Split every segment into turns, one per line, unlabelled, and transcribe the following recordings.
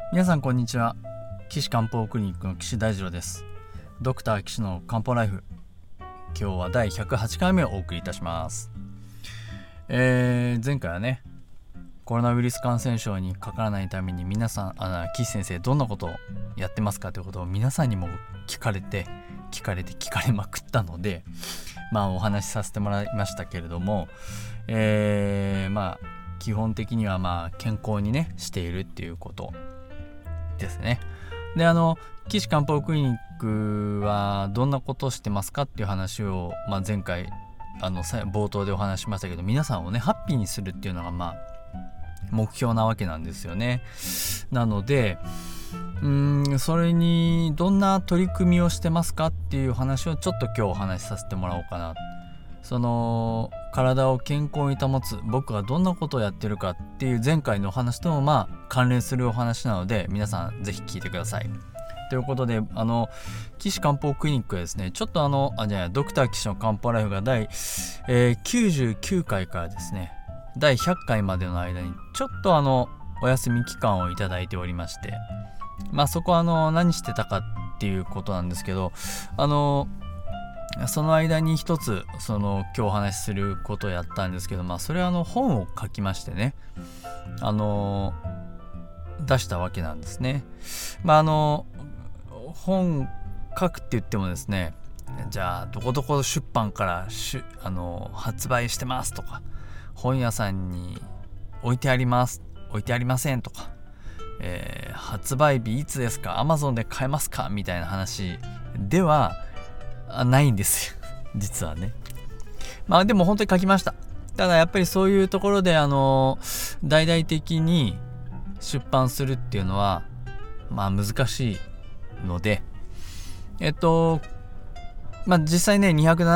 皆さんこんにちは。岸漢方クリニックの岸大二郎です。ドクター岸の漢方ライフ、今日は第108回目をお送りいたします。前回はね、コロナウイルス感染症にかからないために皆さん岸先生どんなことをやってますかということを皆さんにも聞かれまくったので、お話しさせてもらいましたけれども、基本的には健康にねしているっていうことですね。で、岸漢方クリニックはどんなことをしてますかっていう話を、前回冒頭でお話しましたけど、皆さんをねハッピーにするっていうのが目標なわけなんですよね。なのでそれにどんな取り組みをしてますかっていう話をちょっと今日お話しさせてもらおうかな。その体を健康に保つ僕がどんなことをやってるかっていう前回のお話とも関連するお話なので、皆さんぜひ聞いてください。ということで岸漢方クリニックはですね、ちょっとドクター岸の漢方ライフが第、99回からですね第100回までの間にちょっとお休み期間をいただいておりまして、そこは何してたかっていうことなんですけど、その間に一つ今日お話しすることをやったんですけど、それは本を書きましてね、出したわけなんですね。本書くって言ってもですね、じゃあどこどこ出版から発売してますとか、本屋さんに置いてありませんとか、発売日いつですか、 Amazon で買えますかみたいな話ではないんですよ実はね。でも本当に書きました。ただやっぱりそういうところで大々的に出版するっていうのは難しいので、実際ね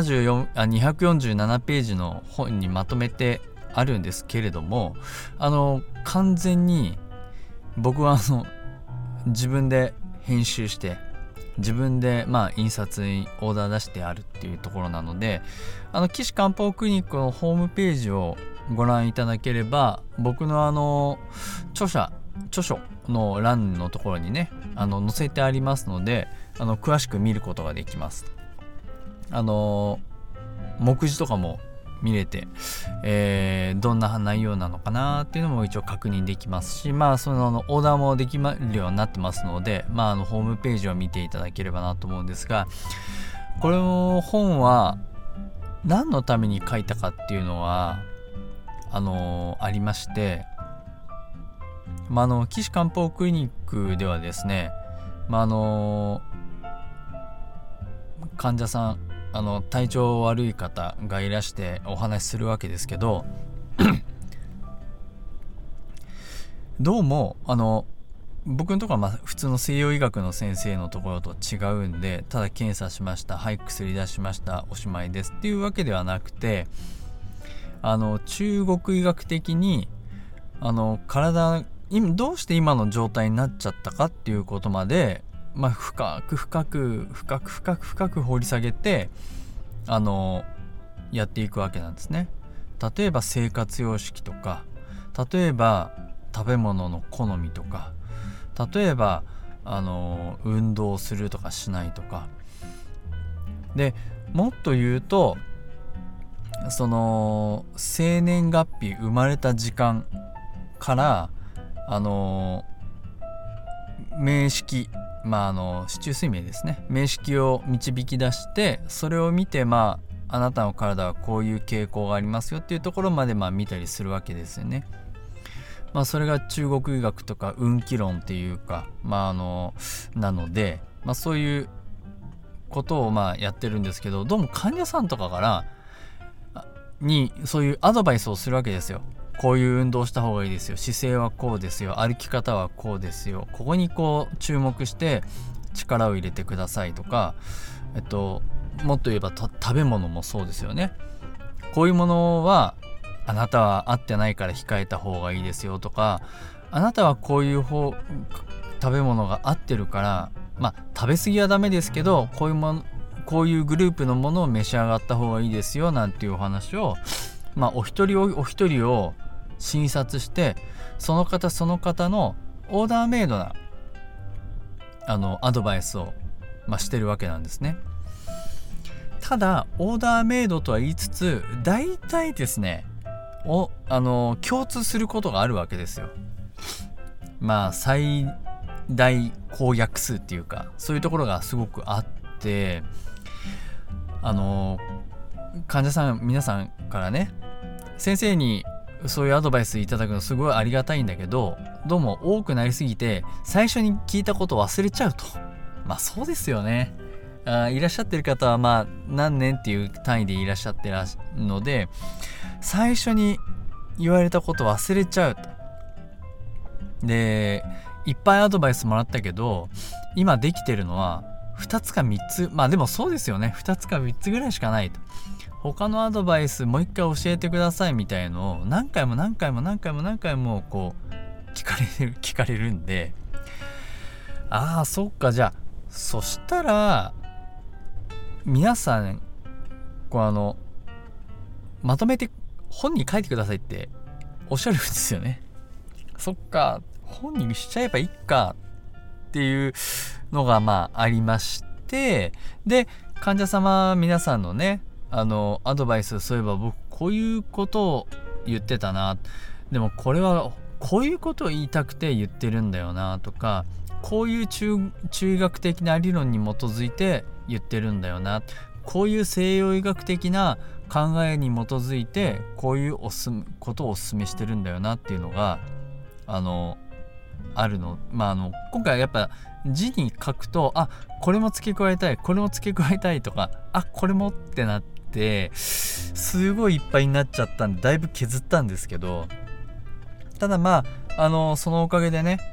247ページの本にまとめてあるんですけれども、完全に僕は自分で編集して自分で印刷にオーダー出してあるっていうところなので、岸漢方クリニックのホームページをご覧いただければ、僕の著書の欄のところにね載せてありますので、詳しく見ることができます。目次とかも見れて、どんな内容なのかなっていうのも一応確認できますし、そのオーダーもできるようになってますので、ホームページを見ていただければなと思うんですが、この本は何のために書いたかっていうのはありまして、岸漢方クリニックではですね、患者さん体調悪い方がいらしてお話しするわけですけどどうも僕のところは普通の西洋医学の先生のところと違うんで、ただ検査しました、はい薬出しました、おしまいですっていうわけではなくて、中国医学的に体どうして今の状態になっちゃったかっていうことまで深く掘り下げてやっていくわけなんですね。例えば生活様式とか、例えば食べ物の好みとか、例えば運動するとかしないとかで、もっと言うと生年月日生まれた時間から名式四柱推命ですね、名式を導き出して、それを見てあなたの体はこういう傾向がありますよっていうところまで見たりするわけですよね。それが中国医学とか運気論っていうかなので、そういうことをやってるんですけど、どうも患者さんとかからにそういうアドバイスをするわけですよ。こういう運動した方がいいですよ、姿勢はこうですよ、歩き方はこうですよ、ここに注目して力を入れてくださいとか、もっと言えば食べ物もそうですよね。こういうものはあなたは合ってないから控えた方がいいですよとか、あなたはこういう食べ物が合ってるから食べ過ぎはダメですけど、こういうグループのものを召し上がった方がいいですよなんていうお話をお一人を診察して、その方のオーダーメイドなアドバイスを、してるわけなんですね。ただオーダーメイドとは言いつつ、大体ですね共通することがあるわけですよ。最大公約数っていうか、そういうところがすごくあって、患者さん皆さんからね、先生にそういうアドバイスいただくのすごいありがたいんだけど、どうも多くなりすぎて最初に聞いたことを忘れちゃうと。そうですよね。いらっしゃってる方は何年っていう単位でいらっしゃってるので、最初に言われたことを忘れちゃうと。で、いっぱいアドバイスもらったけど、今できてるのは2つか3つ、でもそうですよね、2つか3つぐらいしかないと。他のアドバイスもう一回教えてくださいみたいのを何回もこう聞かれるんで、そっか、じゃあそしたら皆さんまとめて本に書いてくださいっておっしゃるんですよね。そっか、本にしちゃえばいいかっていうのがありまして、で患者様皆さんのねアドバイス、そういえば僕こういうことを言ってたな、でもこれはこういうことを言いたくて言ってるんだよなとか、こういう中医学的な理論に基づいて言ってるんだよな、こういう西洋医学的な考えに基づいてこういうことをお勧めしてるんだよなっていうのがあるの。今回はやっぱ字に書くと、これも付け加えたい、これも付け加えたいとか、これもってなってすごいいっぱいになっちゃったんで、だいぶ削ったんですけど、ただそのおかげでね、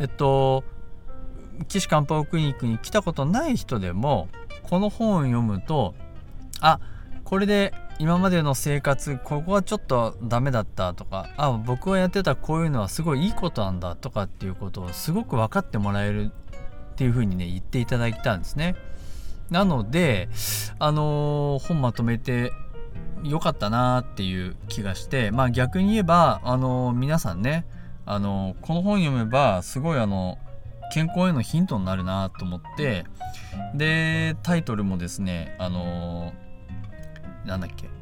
岸漢方クリニックに来たことない人でもこの本を読むと、これで今までの生活ここはちょっとダメだったとか、僕がやってたこういうのはすごいいいことなんだとかっていうことをすごく分かってもらえるっていう風にね言っていただいたんですね。なので本まとめてよかったなっていう気がして、逆に言えば皆さんねこの本読めばすごい健康へのヒントになるなと思って、でタイトルもですねなんだっけ、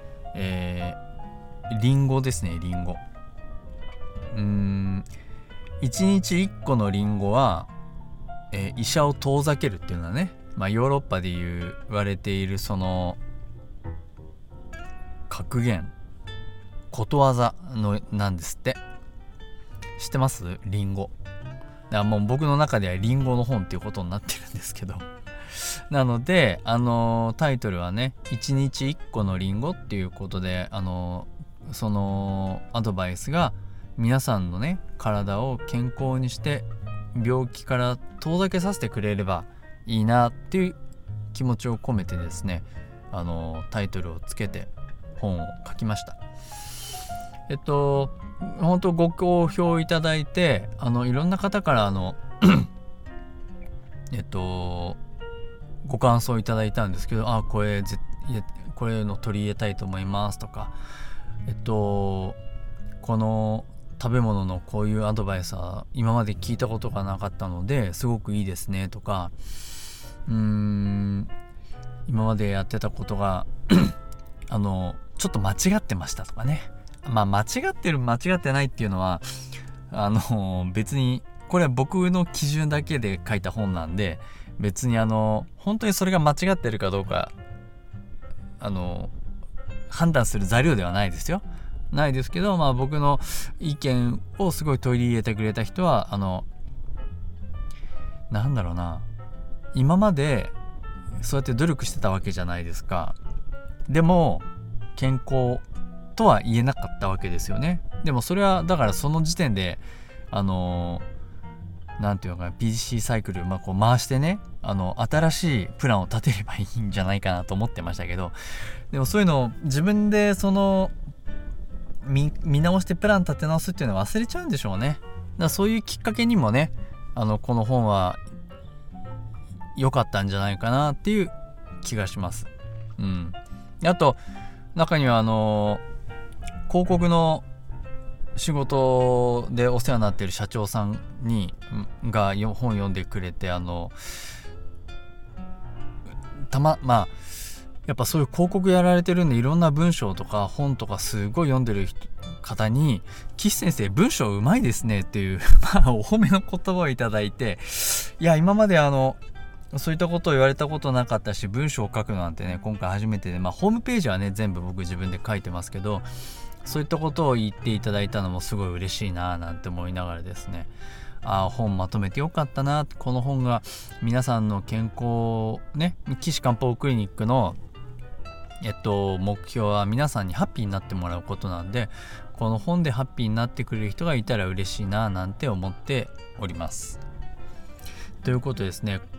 リンゴですね。リンゴ1日1個のリンゴは、医者を遠ざけるっていうのはね、ヨーロッパで言われているその格言ことわざのなんですって。知ってます？リンゴ。だからもう僕の中ではリンゴの本っていうことになってるんですけどなのでタイトルはね1日1個のリンゴっていうことでそのアドバイスが皆さんのね体を健康にして病気から遠ざけさせてくれればいいなっていう気持ちを込めてですねタイトルをつけて本を書きました。本当ご好評いただいていろんな方からご感想いただいたんですけど、これの取り入れたいと思いますとか、この食べ物のこういうアドバイスは今まで聞いたことがなかったのですごくいいですねとか、今までやってたことがちょっと間違ってましたとかね。間違ってる間違ってないっていうのは別にこれは僕の基準だけで書いた本なんで、別に本当にそれが間違ってるかどうか判断する材料ではないですよ。ないですけど、僕の意見をすごい取り入れてくれた人はなんだろうな、今までそうやって努力してたわけじゃないですか。でも健康とは言えなかったわけですよね。でもそれはだからその時点でなんていうのかな、 PC サイクルこう回してね新しいプランを立てればいいんじゃないかなと思ってましたけど、でもそういうのを自分で見直してプラン立て直すっていうのは忘れちゃうんでしょうね。だからそういうきっかけにもねこの本は良かったんじゃないかなっていう気がします。あと中には広告の仕事でお世話になっている社長さんが本読んでくれて、やっぱそういう広告やられてるんで、いろんな文章とか本とかすごい読んでる方に、岸先生文章うまいですねっていうお褒めの言葉をいただいて、いや今までそういったことを言われたことなかったし、文章を書くなんてね今回初めてで、ホームページはね全部僕自分で書いてますけど、そういったことを言っていただいたのもすごい嬉しいななんて思いながらですね、本まとめてよかったな、この本が皆さんの健康ね、岸漢方クリニックの目標は皆さんにハッピーになってもらうことなんで、この本でハッピーになってくれる人がいたら嬉しいななんて思っております。ということですね、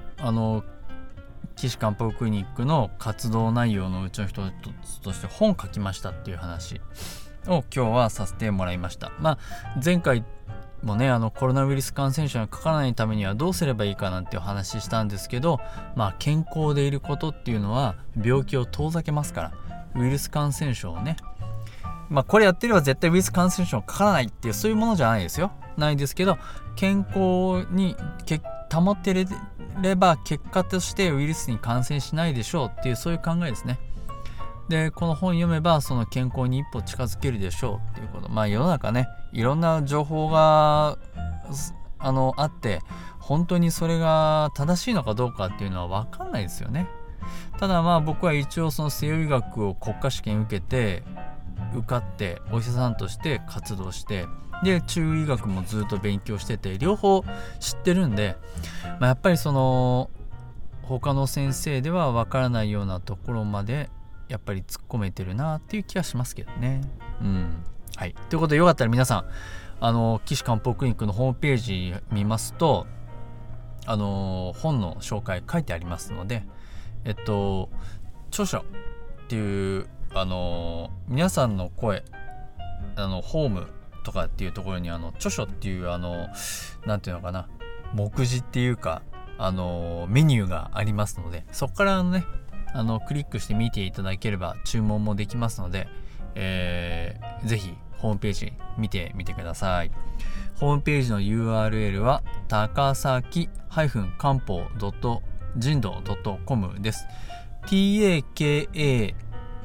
岸漢方クリニックの活動内容のうちの一つとして本書きましたっていう話を今日はさせてもらいました。前回もねコロナウイルス感染症にかからないためにはどうすればいいかなんてお話ししたんですけど、健康でいることっていうのは病気を遠ざけますから、ウイルス感染症をね、これやってれば絶対ウイルス感染症にかからないっていうそういうものじゃないですよ、ないですけど、健康に保ってれば結果としてウイルスに感染しないでしょうっていうそういう考えですね。でこの本読めばその健康に一歩近づけるでしょうっていうこと。世の中ねいろんな情報があって本当にそれが正しいのかどうかっていうのは分かんないですよね。ただ僕は一応その西洋医学を国家試験受けて受かってお医者さんとして活動して、で中医学もずっと勉強してて両方知ってるんで、やっぱりその他の先生では分からないようなところまでやっぱり突っ込めてるなっていう気がしますけどね。はい。ということでよかったら皆さん岸漢方クリニックのホームページ見ますと本の紹介書いてありますので、著書っていう皆さんの声ホームとかっていうところに著書っていうなんていうのかな、目次っていうかメニューがありますので、そこからねクリックして見ていただければ注文もできますので、ぜひホームページ見てみてください。ホームページの URL は高崎漢方人道 .com です。takasa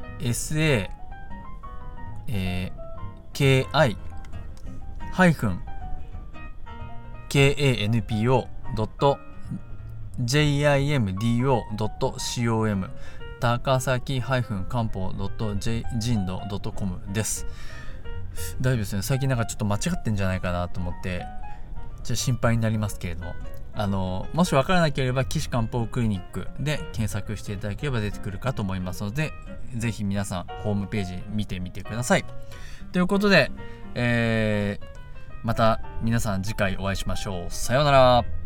kanpo.jimdo.com 高崎漢方人道 .com です。大丈夫ですね。最近ちょっと間違ってんじゃないかなと思って心配になりますけれども、もし分からなければ岸漢方クリニックで検索していただければ出てくるかと思いますので、ぜひ皆さんホームページ見てみてください。ということで、また皆さん次回お会いしましょう。さようなら。